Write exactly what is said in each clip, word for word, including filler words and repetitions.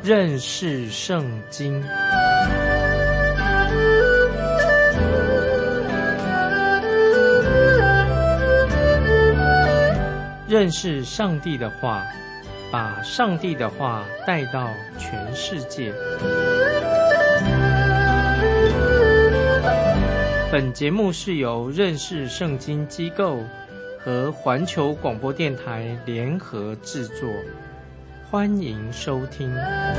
认识圣经。认识上帝的话，把上帝的话带到全世界。本节目是由认识圣经机构和环球广播电台联合制作，欢迎收听。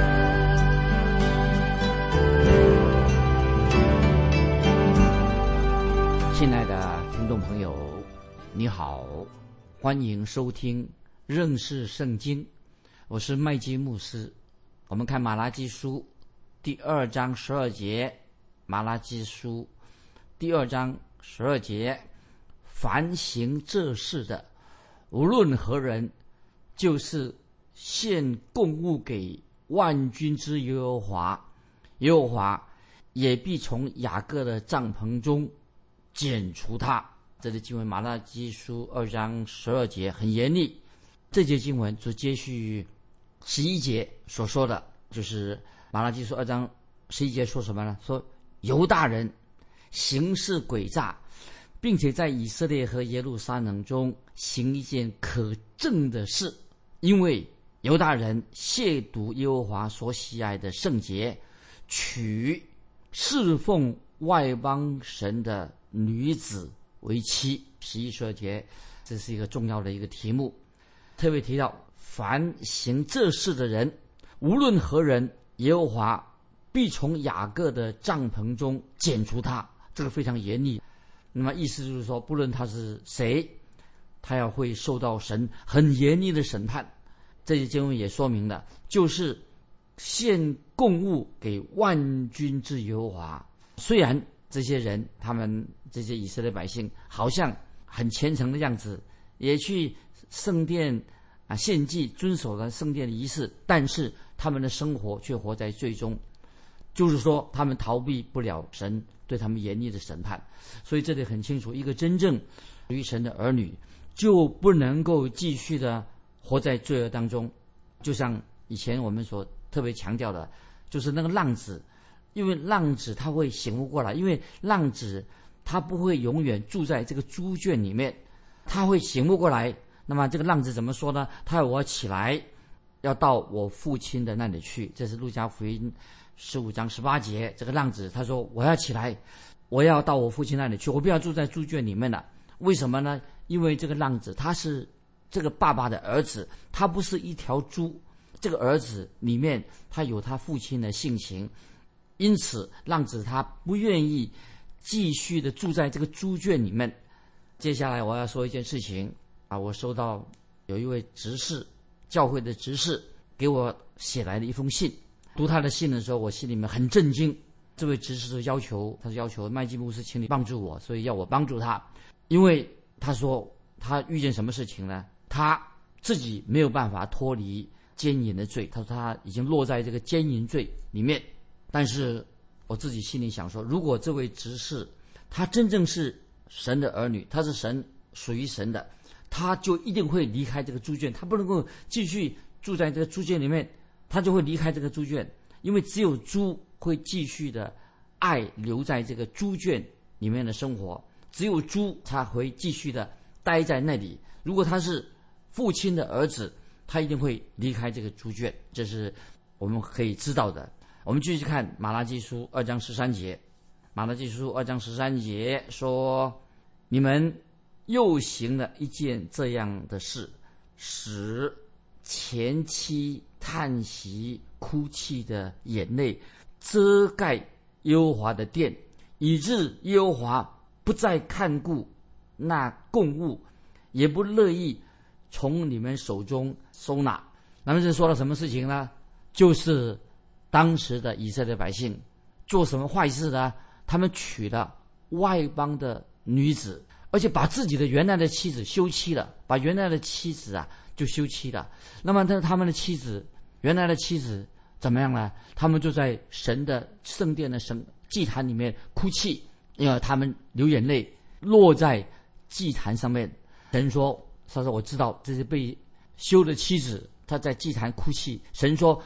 亲爱的听众朋友，你好，欢迎收听认识圣经，我是麦基牧师。我们看马拉基书第二章十二节，马拉基书第二章十二节，凡行这事的，无论何人，就是献供物给万军之耶和华，耶和华也必从雅各的帐篷中剪除他。这里经文马拉基书二章十二节很严厉。这节经文就接续十一节所说的，就是马拉基书二章十一节说什么呢？说犹大人行事诡诈，并且在以色列和耶路撒冷中行一件可憎的事，因为犹大人亵渎耶和华所喜爱的圣洁，娶侍奉外邦神的女子为妻。十一、十二节，这是一个重要的一个题目，特别提到凡行这事的人，无论何人，耶和华必从雅各的帐篷中剪除他。这个非常严厉。那么意思就是说，不论他是谁，他要会受到神很严厉的审判。这些经文也说明了，就是献供物给万军之耶和华。虽然这些人，他们这些以色列百姓好像很虔诚的样子，也去圣殿啊献祭，遵守了圣殿的仪式，但是他们的生活却活在罪中，就是说他们逃避不了神对他们严厉的审判。所以这里很清楚，一个真正属于神的儿女就不能够继续的活在罪恶当中。就像以前我们所特别强调的，就是那个浪子，因为浪子他会醒悟过来，因为浪子他不会永远住在这个猪圈里面，他会醒悟过来。那么这个浪子怎么说呢？他说我起来要到我父亲的那里去。这是路加福音十五章十八节。这个浪子他说我要起来，我要到我父亲那里去，我不要住在猪圈里面了。为什么呢？因为这个浪子他是这个爸爸的儿子，他不是一条猪，这个儿子里面他有他父亲的性情，因此浪子他不愿意继续的住在这个猪圈里面。接下来我要说一件事情啊，我收到有一位执事，教会的执事给我写来的一封信。读他的信的时候，我心里面很震惊。这位执事要求，他是要求麦基牧师请你帮助我，所以要我帮助他。因为他说他遇见什么事情呢？他自己没有办法脱离奸淫的罪，他说他已经落在这个奸淫罪里面。但是我自己心里想说，如果这位执事他真正是神的儿女，他是神属于神的，他就一定会离开这个猪圈，他不能够继续住在这个猪圈里面，他就会离开这个猪圈。因为只有猪会继续的爱留在这个猪圈里面的生活，只有猪才会继续的待在那里。如果他是父亲的儿子，他一定会离开这个猪圈，这是我们可以知道的。我们继续看马拉基书二章十三节。马拉基书二章十三节说，你们又行了一件这样的事，使前妻叹息哭泣的眼泪遮盖耶和华的殿，以致耶和华不再看顾那供物，也不乐意从你们手中收纳。那么这说了什么事情呢？就是当时的以色列百姓做什么坏事呢？他们娶了外邦的女子，而且把自己的原来的妻子休妻了，把原来的妻子啊就休妻了。那么他们的妻子，原来的妻子怎么样呢？他们就在神的圣殿的神祭坛里面哭泣，因为他们流眼泪落在祭坛上面。神说，他说我知道这是被休的妻子，她在祭坛哭泣。神说，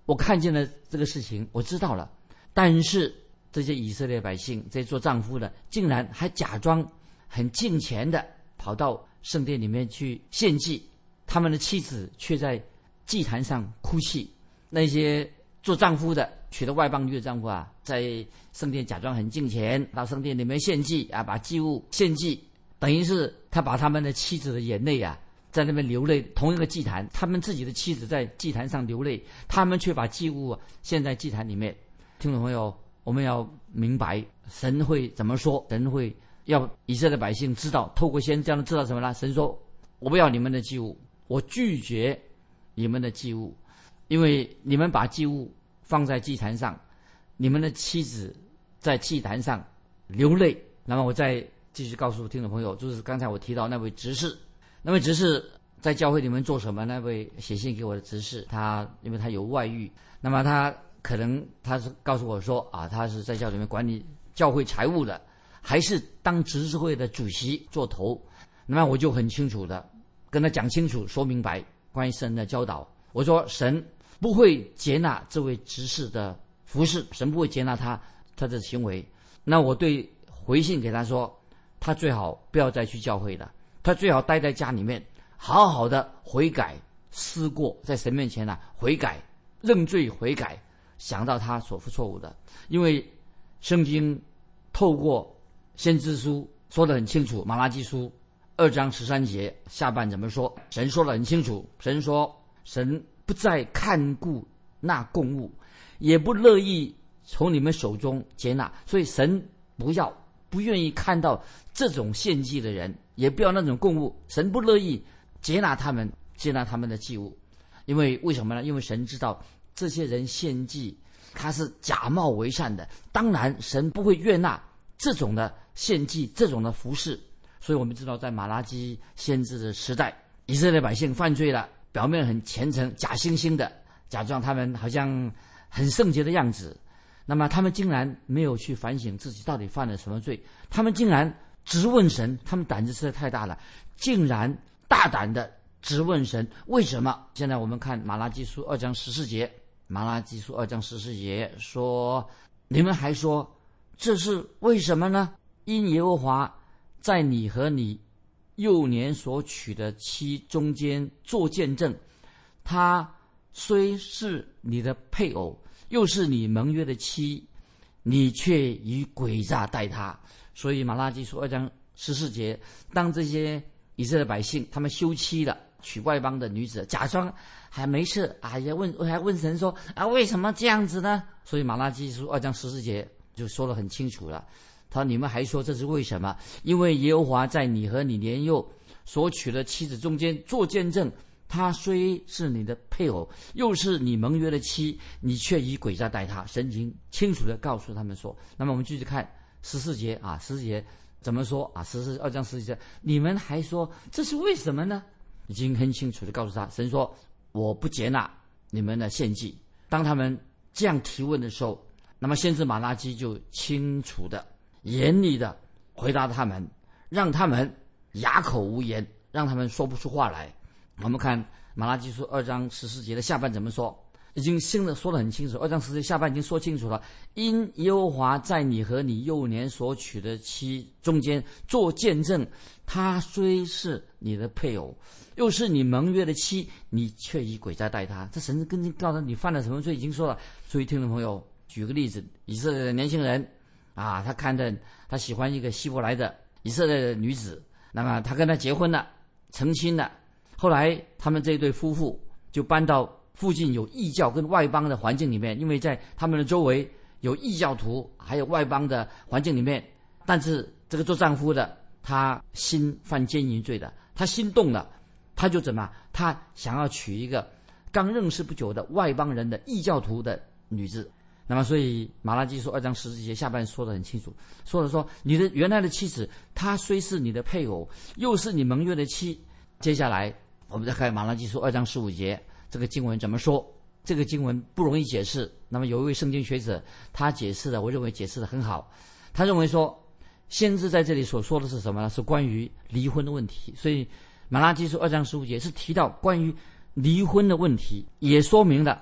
我看见了这个事情，我知道了，但是这些以色列百姓，这些做丈夫的，竟然还假装很敬虔的跑到圣殿里面去献祭，他们的妻子却在祭坛上哭泣。那些做丈夫的娶了外邦女的丈夫啊，在圣殿假装很敬虔，到圣殿里面献祭啊，把祭物献祭，等于是他把他们的妻子的眼泪啊在那边流泪。同一个祭坛，他们自己的妻子在祭坛上流泪，他们却把祭物、啊、献在祭坛里面。听众朋友，我们要明白神会怎么说，神会要以色列百姓知道，透过先知让他知道什么呢？神说，我不要你们的祭物，我拒绝你们的祭物，因为你们把祭物放在祭坛上，你们的妻子在祭坛上流泪。那么我再继续告诉听众朋友，就是刚才我提到那位执事，那位执事在教会里面做什么？那位写信给我的执事，他因为他有外遇，那么他可能他是告诉我说啊，他是在教会里面管理教会财务的，还是当执事会的主席做头。那么我就很清楚的跟他讲清楚，说明白关于神的教导。我说神不会接纳这位执事的服事，神不会接纳他他的行为。那我对回信给他说，他最好不要再去教会了，他最好待在家里面，好好的悔改思过，在神面前啊悔改认罪悔改，想到他所犯错误的。因为圣经透过先知书说得很清楚，马拉基书二章十三节下半怎么说？神说得很清楚，神说神不再看顾那供物，也不乐意从你们手中接纳。所以神不要不愿意看到这种献祭的人，也不要那种供物，神不乐意接纳他们，接纳他们的祭物。因为为什么呢？因为神知道这些人献祭他是假冒为善的，当然神不会悦纳这种的献祭，这种的服事。所以我们知道在马拉基先知的时代，以色列百姓犯罪了，表面很虔诚，假惺惺的假装他们好像很圣洁的样子，那么他们竟然没有去反省自己到底犯了什么罪，他们竟然质问神，他们胆子实在太大了，竟然大胆的质问神为什么。现在我们看马拉基书二章十四节，马拉基书二章十四节说，你们还说这是为什么呢？因耶和华在你和你幼年所娶的妻中间做见证，他虽是你的配偶，又是你盟约的妻，你却以诡诈待他。所以马拉基书二章十四节，当这些以色列百姓他们休妻了，娶外邦的女子，假装还没事啊，还问还问神说啊，为什么这样子呢？所以马拉基书二章十四节就说得很清楚了，他说你们还说这是为什么？因为耶和华在你和你年幼所娶的妻子中间做见证，他虽是你的配偶，又是你盟约的妻，你却以诡诈待他。神已经清楚地告诉他们说。那么我们继续看十四节啊，十四节怎么说啊？十四二章十四节，你们还说这是为什么呢？已经很清楚地告诉他，神说我不接纳你们的献祭。当他们这样提问的时候，那么先知马拉基就清楚的严厉的回答他们，让他们哑口无言，让他们说不出话来。我们看马拉基书二章十四节的下半怎么说，已经新的说得很清楚。二章十四节下半已经说清楚了，因耶和华在你和你幼年所娶的妻中间做见证，他虽是你的配偶，又是你盟约的妻，你却以诡诈待他。这神跟你告诉你犯了什么罪已经说了。所以听众朋友，举个例子，以色列的年轻人啊，他看见他喜欢一个希伯来的以色列的女子，那么他跟他结婚了，成亲了。后来他们这一对夫妇就搬到附近有异教跟外邦的环境里面，因为在他们的周围有异教徒还有外邦的环境里面，但是这个做丈夫的他心犯奸淫罪的，他心动了，他就怎么他想要娶一个刚认识不久的外邦人的异教徒的女子。那么所以马拉基书二章十四节下半说得很清楚，说了说你的原来的妻子，她虽是你的配偶，又是你盟约的妻。接下来我们再看马拉基书二章十五节，这个经文怎么说？这个经文不容易解释。那么有一位圣经学者，他解释的，我认为解释的很好。他认为说，先知在这里所说的是什么呢？是关于离婚的问题。所以马拉基书二章十五节是提到关于离婚的问题，也说明了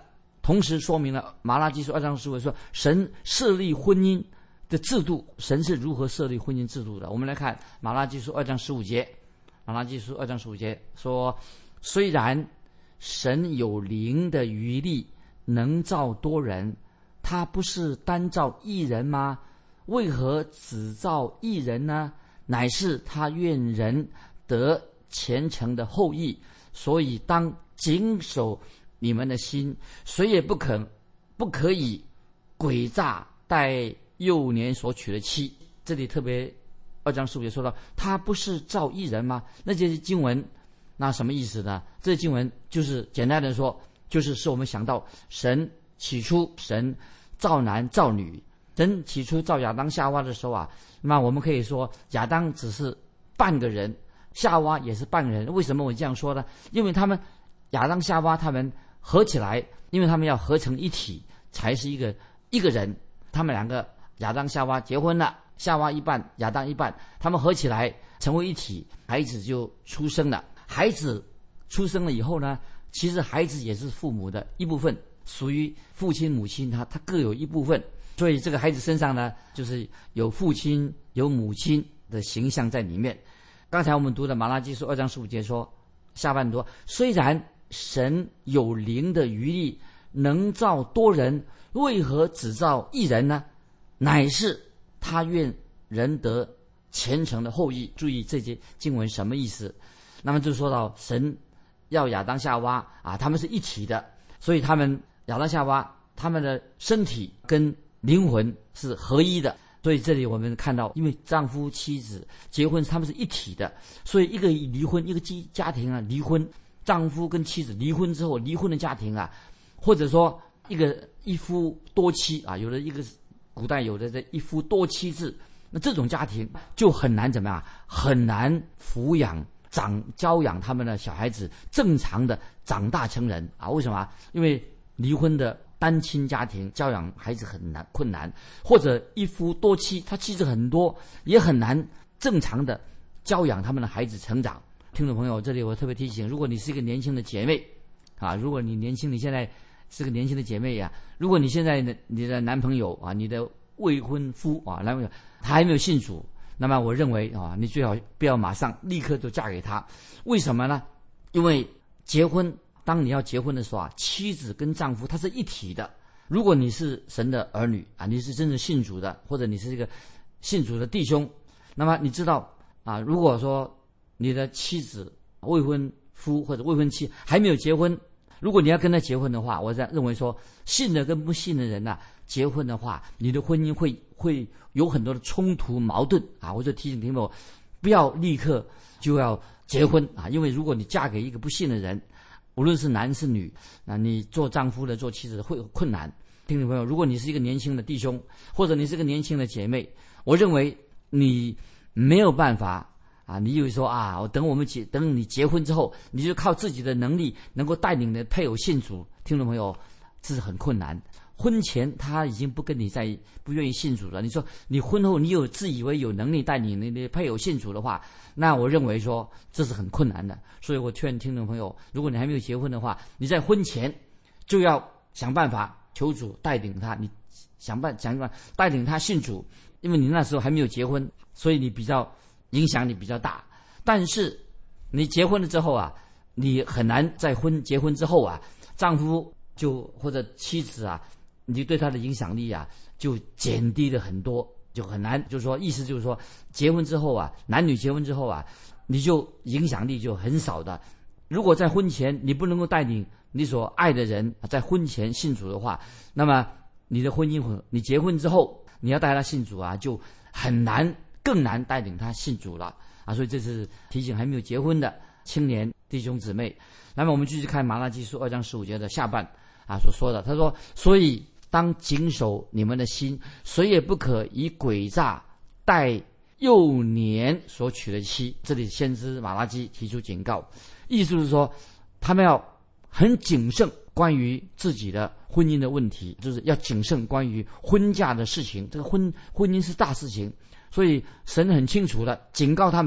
同时说明了马拉基书二章十五节说，神设立婚姻的制度，神是如何设立婚姻制度的。我们来看马拉基书二章十五节，马拉基书二章十五节说，虽然神有灵的余力，能造多人，他不是单造一人吗？为何只造一人呢？乃是他愿人得虔诚的后裔，所以当谨守你们的心，谁也不肯不可以诡诈待幼年所娶的妻。这里特别二章十五节说到，他不是造一人吗？那这些经文那什么意思呢？这些经文就是简单的说，就是使我们想到神起初神造男造女，神起初造亚当夏娃的时候啊，那我们可以说亚当只是半个人，夏娃也是半个人。为什么我这样说呢？因为他们亚当夏娃他们合起来，因为他们要合成一体，才是一个一个人。他们两个亚当夏娃结婚了，夏娃一半，亚当一半，他们合起来成为一体，孩子就出生了。孩子出生了以后呢，其实孩子也是父母的一部分，属于父亲母亲，他他各有一部分。所以这个孩子身上呢，就是有父亲有母亲的形象在里面。刚才我们读的马拉基书二章十五节说，下半段，虽然神有灵的余力，能造多人，为何只造一人呢？乃是他愿人得虔诚的后裔。注意这节经文什么意思？那么就说到神要亚当夏娃啊，他们是一体的，所以他们亚当夏娃他们的身体跟灵魂是合一的。所以这里我们看到，因为丈夫妻子结婚，他们是一体的，所以一个离婚，一个家庭啊离婚，丈夫跟妻子离婚之后，离婚的家庭啊，或者说一个一夫多妻啊，有的一个古代有的这一夫多妻制，那这种家庭就很难怎么样，很难抚养长教养他们的小孩子正常的长大成人啊。为什么？因为离婚的单亲家庭教养孩子很难困难，或者一夫多妻，他妻子很多，也很难正常的教养他们的孩子成长。听众朋友，这里我特别提醒，如果你是一个年轻的姐妹啊，如果你年轻，你现在是个年轻的姐妹呀、啊，如果你现在你的男朋友啊，你的未婚夫啊，男朋友他还没有信主，那么我认为啊，你最好不要马上立刻就嫁给他。为什么呢？因为结婚，当你要结婚的时候啊，妻子跟丈夫他是一体的。如果你是神的儿女啊，你是真正信主的，或者你是一个信主的弟兄，那么你知道啊，如果说你的妻子未婚夫或者未婚妻还没有结婚，如果你要跟他结婚的话，我在认为说，信的跟不信的人呐、啊，结婚的话，你的婚姻会会有很多的冲突矛盾啊。我就提醒听众，不要立刻就要结婚啊，因为如果你嫁给一个不信的人，无论是男是女，那你做丈夫的做妻子的会有困难。听众朋友，如果你是一个年轻的弟兄，或者你是个年轻的姐妹，我认为你没有办法啊，你以为说啊，我等我们结等你结婚之后，你就靠自己的能力能够带领的配偶信主。听众朋友，这是很困难。婚前他已经不跟你在不愿意信主了，你说你婚后你有自以为有能力带领你的配偶信主的话，那我认为说这是很困难的。所以我劝听众朋友，如果你还没有结婚的话，你在婚前就要想办法求主带领他，你想办想办法带领他信主，因为你那时候还没有结婚，所以你比较影响力比较大。但是你结婚了之后啊，你很难在婚结婚之后啊，丈夫就或者妻子啊，你对他的影响力啊就减低了很多，就很难。就是说，意思就是说，结婚之后啊，男女结婚之后啊，你就影响力就很少的。如果在婚前你不能够带领你所爱的人在婚前信主的话，那么你的婚姻，你结婚之后你要带他信主啊，就很难，更难带领他信主了啊。所以这是提醒还没有结婚的青年弟兄姊妹。那么我们继续看马拉基书二章十五节的下半啊所说的，他说：所以当谨守你们的心，谁也不可以诡诈待幼年所娶的妻。这里先知马拉基提出警告，意思是说他们要很谨慎关于自己的婚姻的问题，就是要谨慎关于婚嫁的事情。这个婚婚姻是大事情，所以神很清楚的警告他们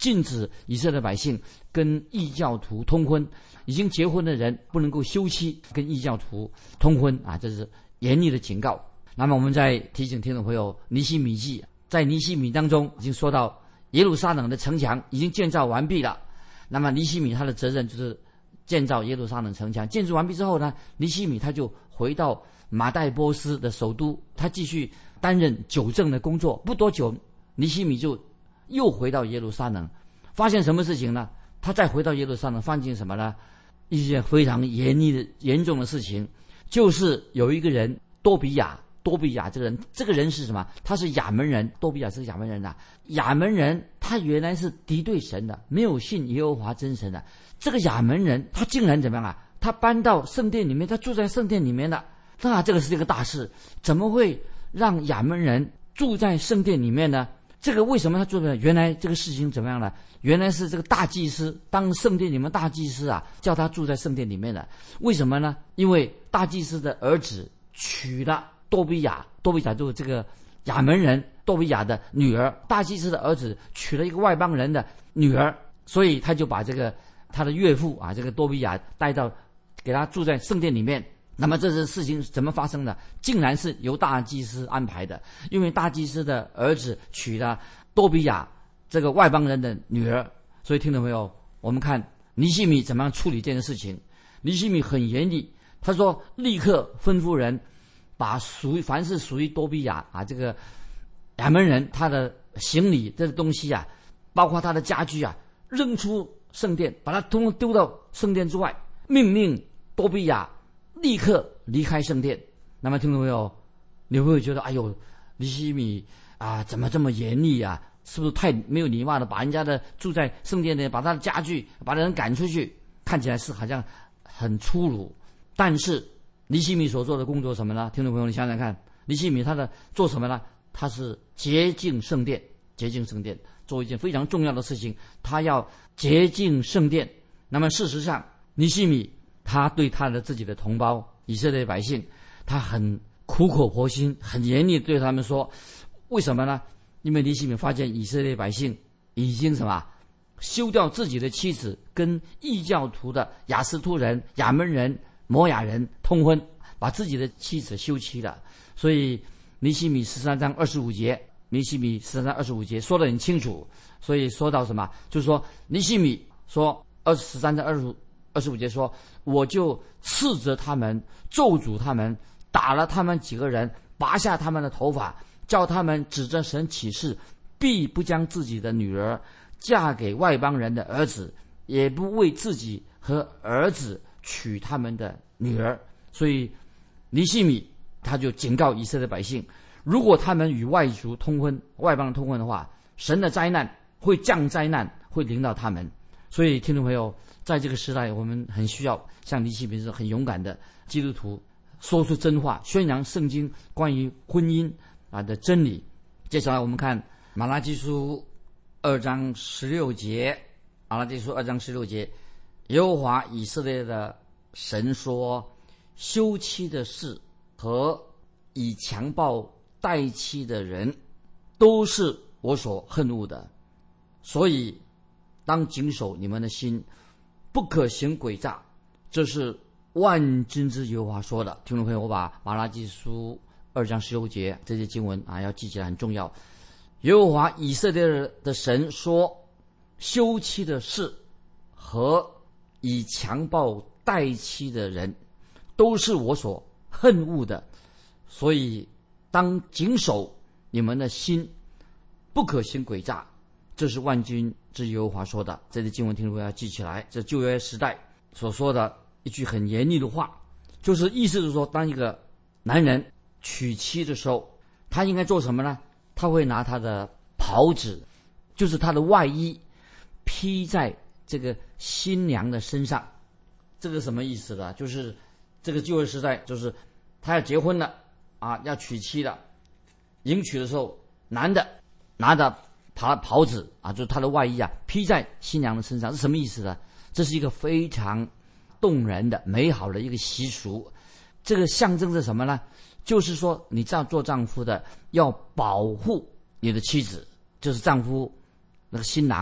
禁止以色列百姓跟异教徒通婚，已经结婚的人不能够休妻跟异教徒通婚啊，这是严厉的警告。那么我们再提醒听众朋友，尼希米记在尼希米当中已经说到耶路撒冷的城墙已经建造完毕了。那么尼希米他的责任就是建造耶路撒冷城墙，建筑完毕之后呢，尼希米他就回到马代波斯的首都，他继续担任酒政的工作。不多久，尼希米就又回到耶路撒冷，发现什么事情呢？他再回到耶路撒冷，发现什么呢？一件非常严厉的、严重的事情，就是有一个人多比亚。多比亚这个人，这个人是什么？他是亚门人。多比亚是个亚门人啊。亚门人他原来是敌对神的，没有信耶和华真神的。这个亚门人他竟然怎么样啊？他搬到圣殿里面，他住在圣殿里面的。那这个是一个大事，怎么会让亚门人住在圣殿里面呢？这个为什么他做的？原来这个事情怎么样呢？原来是这个大祭司，当圣殿里面大祭司啊，叫他住在圣殿里面的。为什么呢？因为大祭司的儿子娶了多比亚，多比亚就是这个亚门人多比亚的女儿，大祭司的儿子娶了一个外邦人的女儿，所以他就把这个他的岳父啊，这个多比亚带到，给他住在圣殿里面。那么这些事情怎么发生的？竟然是由大祭司安排的，因为大祭司的儿子娶了多比亚这个外邦人的女儿。所以听众朋友，我们看尼希米怎么样处理这件事情。尼希米很严厉，他说立刻吩咐人把属于凡是属于多比亚啊这个亚门人他的行李这个东西啊，包括他的家具啊，扔出圣殿，把它通通丢到圣殿之外，命令多比亚立刻离开圣殿。那么听众朋友，你会不会觉得哎呦，尼希米啊怎么这么严厉啊？是不是太没有礼貌了？把人家的住在圣殿里，把他的家具把人赶出去，看起来是好像很粗鲁。但是尼希米所做的工作什么呢？听众朋友，你想想看，尼希米他的做什么呢？他是洁净圣殿，洁净圣殿，做一件非常重要的事情，他要洁净圣殿。那么事实上，尼希米他对他的自己的同胞以色列百姓，他很苦口婆心，很严厉对他们说，为什么呢？因为尼希米发现以色列百姓已经什么休掉自己的妻子，跟异教徒的亚斯突人、亚门人、摩亚人通婚，把自己的妻子休妻了。所以尼希米十三章二十五节，尼希米十三章二十五节说得很清楚。所以说到什么，就是说尼希米说二十三章二十五二十五节说，我就斥责他们，咒诅他们，打了他们几个人，拔下他们的头发，叫他们指着神起誓，必不将自己的女儿嫁给外邦人的儿子，也不为自己和儿子娶他们的女儿。所以尼希米他就警告以色列百姓，如果他们与外族通婚、外邦人通婚的话，神的灾难会降灾难，会临到他们。所以听众朋友，在这个时代，我们很需要像尼希米是很勇敢的基督徒，说出真话，宣扬圣经关于婚姻啊的真理。接下来我们看马拉基书二章十六节，马拉基书二章十六节，耶和华以色列的神说，休妻的事和以强暴待妻的人，都是我所恨恶的，所以当谨守你们的心，不可行诡诈，这是万军之耶和华说的。听众朋友，我把马拉基书二章十六节这些经文啊要记起来，很重要。耶和华以色列的神说，休妻的事和以强暴待妻的人，都是我所恨恶的，所以当谨守你们的心，不可行诡诈，这是万军之耶和华说的。这些经文听众朋友要记起来，这旧约时代所说的一句很严厉的话，就是意思是说，当一个男人娶妻的时候，他应该做什么呢？他会拿他的袍子，就是他的外衣，披在这个新娘的身上。这个什么意思呢？就是这个旧约时代，就是他要结婚了啊，要娶妻了，迎娶的时候，男的拿着袍袍子啊，就是他的外衣啊，披在新娘的身上，是什么意思呢？这是一个非常动人的、美好的一个习俗。这个象征着什么呢？就是说，你这样做丈夫的要保护你的妻子，就是丈夫那个新郎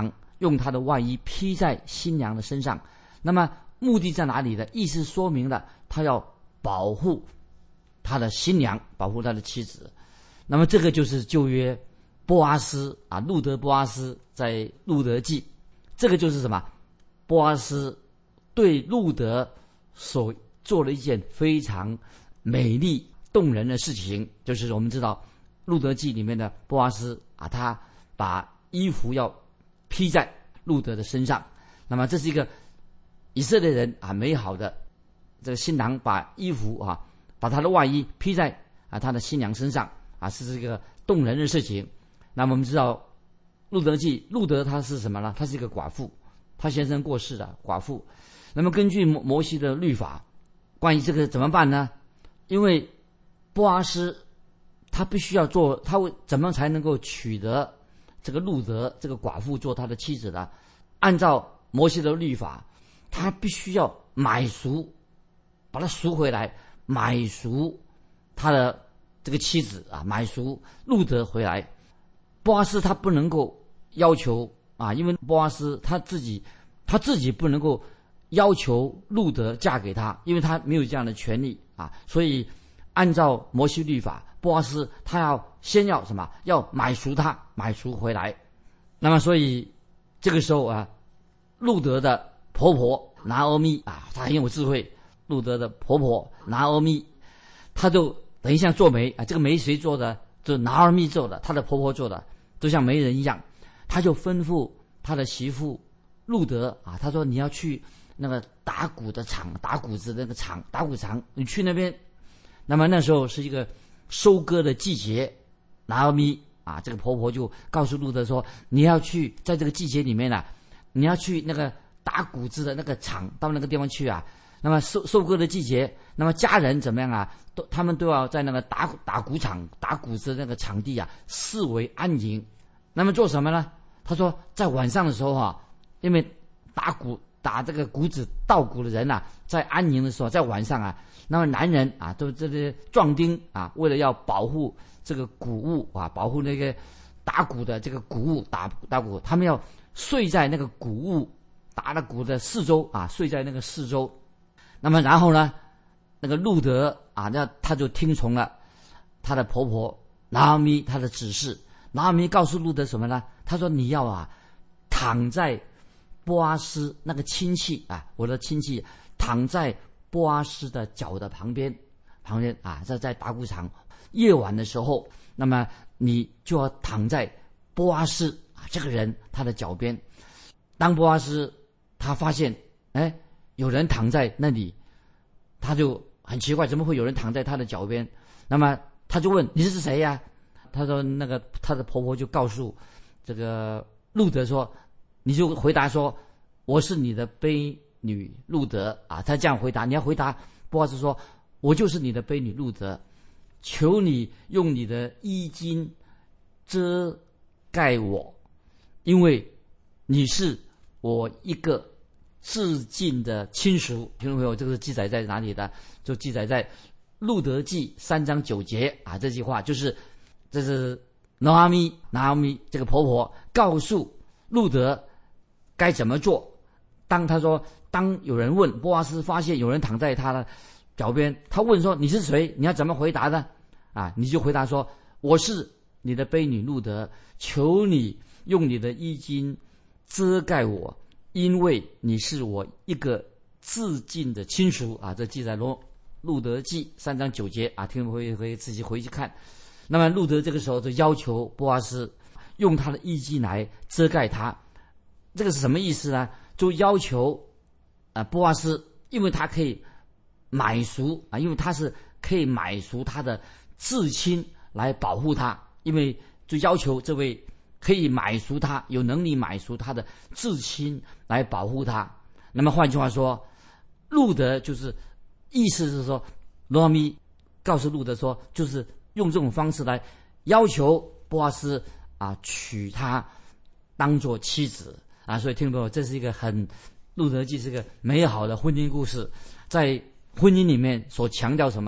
用他的外衣披在新娘的身上。那么目的在哪里呢？意思说明了他要保护他的新娘，保护他的妻子。那么这个就是旧约波阿斯啊，路德波阿斯在路德记，这个就是什么？波阿斯对路德所做了一件非常美丽动人的事情，就是我们知道路德记里面的波阿斯啊，他把衣服要披在路德的身上。那么这是一个以色列人啊美好的这个新郎把衣服啊，把他的外衣披在啊他的新娘身上啊，是这个动人的事情。那么我们知道路德记，路德他是什么呢？他是一个寡妇，他先生过世的寡妇。那么根据摩摩西的律法，关于这个怎么办呢？因为波阿斯他必须要做，他会怎么才能够取得这个路德这个寡妇做他的妻子呢？按照摩西的律法，他必须要买赎，把他赎回来，买赎他的这个妻子啊，买赎路德回来。波阿斯他不能够要求啊，因为波阿斯他自己他自己不能够要求路德嫁给他，因为他没有这样的权利啊。所以按照摩西律法，波阿斯他要先要什么？要买赎他，买赎回来。那么所以这个时候啊，路德的婆婆拿俄米啊，她很有智慧。路德的婆婆拿俄米，她就等于像做媒啊，这个媒谁做的？就拿俄米做的，她的婆婆做的，都像媒人一样。她就吩咐她的媳妇路德啊，她说你要去那个打鼓的场，打鼓子的那个场，打鼓场，你去那边。那么那时候是一个收割的季节，拿俄米啊，这个婆婆就告诉路德说，你要去在这个季节里面啊，你要去那个打谷子的那个场，到那个地方去啊。那么收收割的季节，那么家人怎么样啊？都他们都要在那个打打谷场、打谷子的那个场地啊，视为安营。那么做什么呢？他说，在晚上的时候啊，因为打谷打这个谷子稻谷的人啊，在安营的时候，在晚上啊，那么男人啊，都这些壮丁啊，为了要保护这个谷物啊，保护那个打谷的这个谷物，打打谷，他们要睡在那个谷物打了谷的四周啊，睡在那个四周。那么然后呢，那个路德啊，那他就听从了他的婆婆拿俄米他的指示。拿俄米告诉路德什么呢？他说你要啊躺在波阿斯那个亲戚啊，我的亲戚躺在波阿斯的脚的旁边，旁边啊，在在打谷场夜晚的时候，那么你就要躺在波阿斯啊这个人他的脚边。当波阿斯他发现，哎，有人躺在那里，他就很奇怪，怎么会有人躺在他的脚边？那么他就问你是谁呀？他说那个他的婆婆就告诉这个路德说，你就回答说我是你的婢女路德啊。他这样回答，你要回答波阿斯说，我就是你的婢女路德，求你用你的衣襟遮盖我，因为你是我一个至近的亲属。听众朋友，这个是记载在哪里的？就记载在路德记三章九节啊。这句话就是这是拿俄米拿俄米这个婆婆告诉路德该怎么做。当他说，当有人问波阿斯发现有人躺在他的脚边，他问说你是谁？你要怎么回答呢？啊，你就回答说我是你的婢女路德，求你用你的衣襟遮盖我，因为你是我一个至近的亲属啊。这记载罗路德记三章九节啊，听众朋友可以自己回去看。那么路德这个时候就要求波阿斯用他的衣襟来遮盖他，这个是什么意思呢？就要求啊波阿斯，因为他可以买赎啊，因为他是可以买赎他的至亲来保护他，因为就要求这位可以买赎他，有能力买赎他的至亲来保护他。那么换句话说，路德就是意思是说，罗米告诉路德说，就是用这种方式来要求波阿斯啊娶她当做妻子啊。所以听众朋友，这是一个很路德记是个美好的婚姻故事。在婚姻里面所强调什么呢？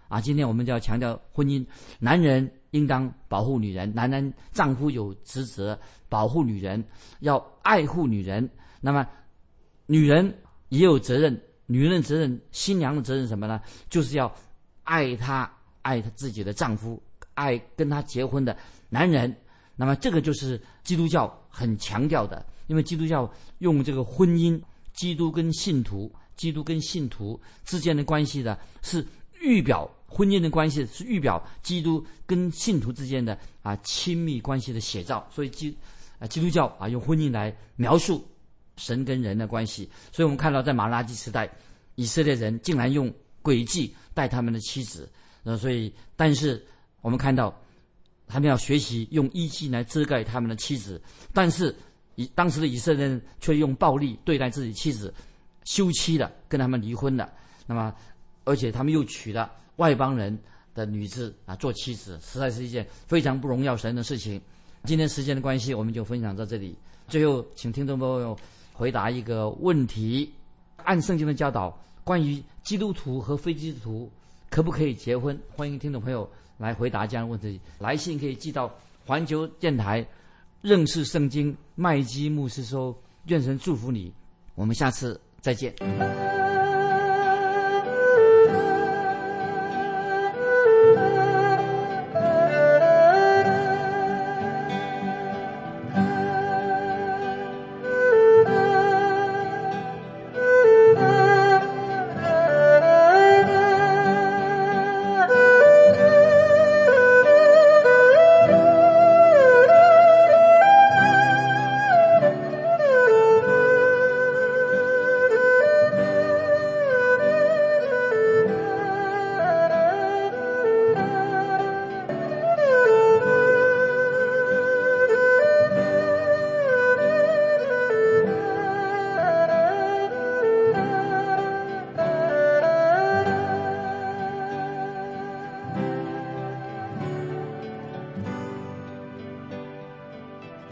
啊。今天我们就要强调婚姻，男人应当保护女人，男人丈夫有职责保护女人，要爱护女人。那么女人也有责任，女人的责任，新娘的责任是什么呢？就是要爱她，爱她自己的丈夫，爱跟她结婚的男人。那么这个就是基督教很强调的，因为基督教用这个婚姻，基督跟信徒，基督跟信徒之间的关系呢，是预表婚姻的关系，是预表基督跟信徒之间的啊亲密关系的写照。所以基啊基督教啊用婚姻来描述神跟人的关系。所以我们看到在马拉基时代，以色列人竟然用诡计待他们的妻子，呃，所以但是我们看到他们要学习用衣襟来遮盖他们的妻子，但是以当时的以色列人却用暴力对待自己妻子，休妻了，跟他们离婚了。那么而且他们又娶了外邦人的女子啊做妻子，实在是一件非常不荣耀神的事情。今天时间的关系，我们就分享到这里。最后请听众朋友回答一个问题，按圣经的教导，关于基督徒和非基督徒可不可以结婚？欢迎听众朋友来回答这样的问题。来信可以寄到环球电台认识圣经麦基牧师收。愿神祝福你，我们下次再见。